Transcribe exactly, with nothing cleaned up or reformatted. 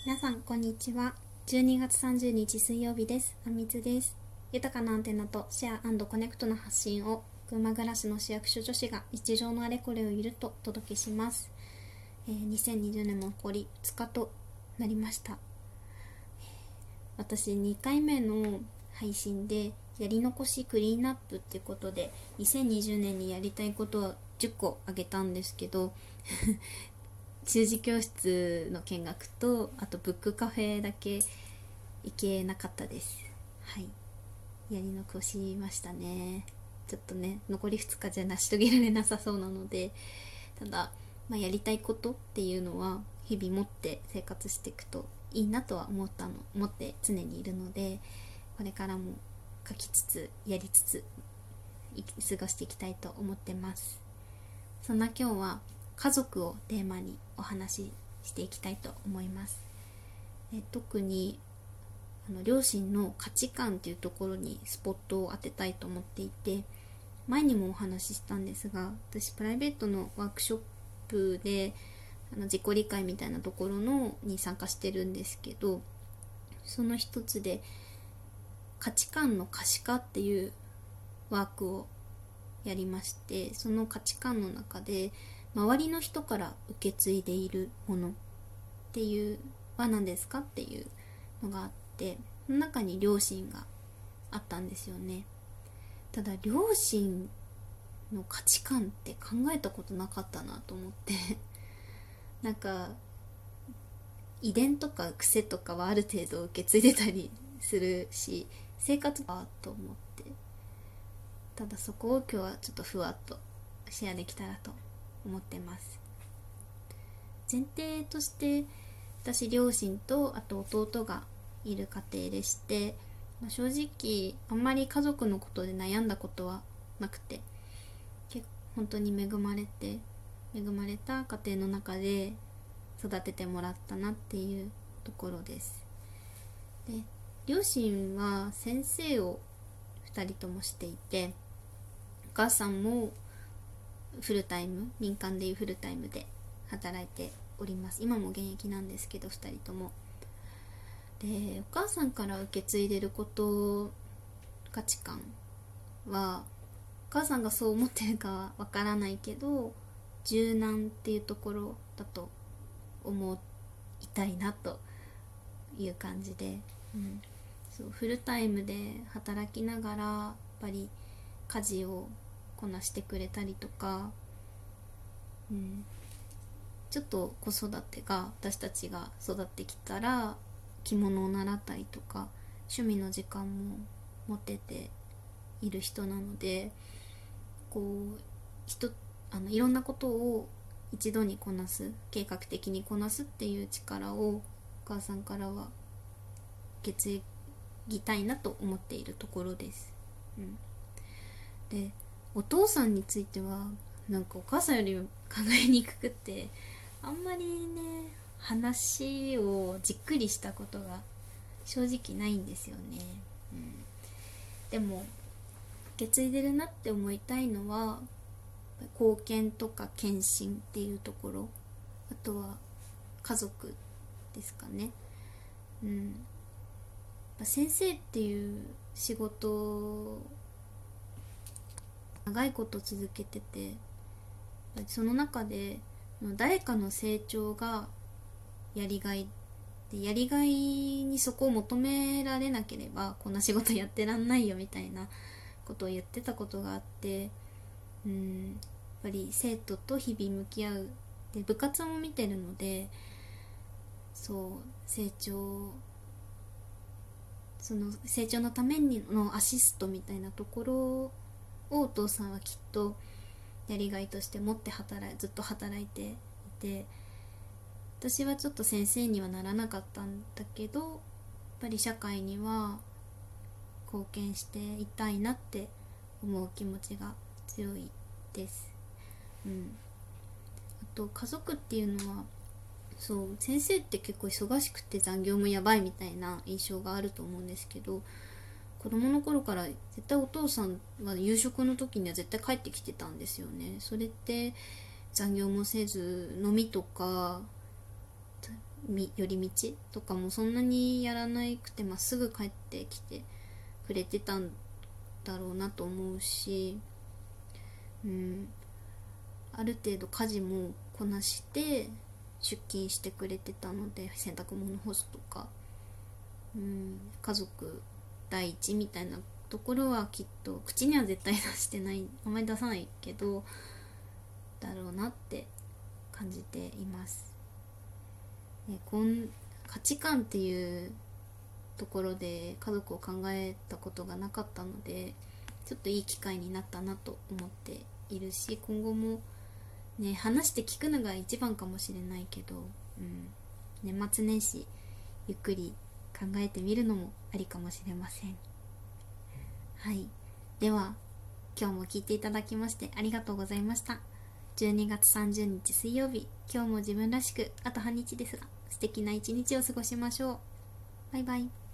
皆さんこんにちは。じゅうにがつさんじゅうにち水曜日です。あみつです。豊かなアンテナとシェア&コネクトの発信を群馬暮らしの市役所女子が日常のあれこれをゆるっとお届けします。えー、にせんにじゅうねんも残りふつかとなりました。私にかいめの配信でやり残しクリーンアップっていうことでにせんにじゅうねんにやりたいことをじゅっこあげたんですけど習字教室の見学とあとブックカフェだけ行けなかったです。はい、やり残しましたね。ちょっとね残りふつかじゃ成し遂げられなさそうなので、ただ、まあ、やりたいことっていうのは日々持って生活していくといいなとは思ったの思って常にいるので、これからも書きつつやりつつ過ごしていきたいと思ってます。そんな今日は家族をテーマにお話ししていきたいと思います。え特にあの両親の価値観というところにスポットを当てたいと思っていて、前にもお話ししたんですが、私プライベートのワークショップであの自己理解みたいなところのに参加してるんですけど、その一つで価値観の可視化っていうワークをやりまして、その価値観の中で周りの人から受け継いでいるものっていうは何ですかっていうのがあって、その中に両親があったんですよね。ただ両親の価値観って考えたことなかったなと思ってなんか遺伝とか癖とかはある程度受け継いでたりするし、生活はと思って、ただそこを今日はちょっとふわっとシェアできたらと思ってます。前提として私両親とあと弟がいる家庭でして、まあ、正直あんまり家族のことで悩んだことはなくて、結本当に恵まれて恵まれた家庭の中で育ててもらったなっていうところです。で、両親は先生をふたりともしていて、お母さんもフルタイム民間でいうフルタイムで働いております。今も現役なんですけどふたりとも。で、お母さんから受け継いでること価値観は、お母さんがそう思ってるかはわからないけど柔軟っていうところだと思いたいなという感じで、うん、そうフルタイムで働きながらやっぱり家事をこなしてくれたりとか、うん、ちょっと子育てが私たちが育ってきたら着物を習ったりとか趣味の時間も持てている人なので、こう人あのいろんなことを一度にこなす、計画的にこなすっていう力をお母さんからは受け継ぎたいなと思っているところです。うん、で、お父さんについてはなんかお母さんより考えにくくってあんまりね話をじっくりしたことが正直ないんですよね。うん、でも受け継いでるなって思いたいのは貢献とか献身っていうところ、あとは家族ですかね。うん、先生っていう仕事を長いこと続けてて、その中で誰かの成長がやりがいで、やりがいにそこを求められなければこんな仕事やってらんないよみたいなことを言ってたことがあって、うん、やっぱり生徒と日々向き合うで、部活も見てるので、そう成長その成長のためにのアシストみたいなところをお父さんはきっとやりがいとして持って働いずっと働いていて、私はちょっと先生にはならなかったんだけど、やっぱり社会には貢献していたいなって思う気持ちが強いです。うん、あと家族っていうのは、そう先生って結構忙しくて残業もやばいみたいな印象があると思うんですけど、子供の頃から絶対お父さんは夕食の時には絶対帰ってきてたんですよね。それって残業もせず飲みとかみ寄り道とかもそんなにやらなくて、まあ、すぐ帰ってきてくれてたんだろうなと思うし、うん、ある程度家事もこなして出勤してくれてたので、洗濯物干すとか、うん、家族第一みたいなところはきっと口には絶対出してない、あまり出さないけどだろうなって感じています。ね、こん価値観っていうところで家族を考えたことがなかったので、ちょっといい機会になったなと思っているし、今後もね、話して聞くのが一番かもしれないけど、うん、年末年始ゆっくり考えてみるのもありかもしれません。はい、では今日も聞いていただきましてありがとうございました。じゅうにがつさんじゅうにち水曜日、今日も自分らしくあと半日ですが素敵な一日を過ごしましょう。バイバイ。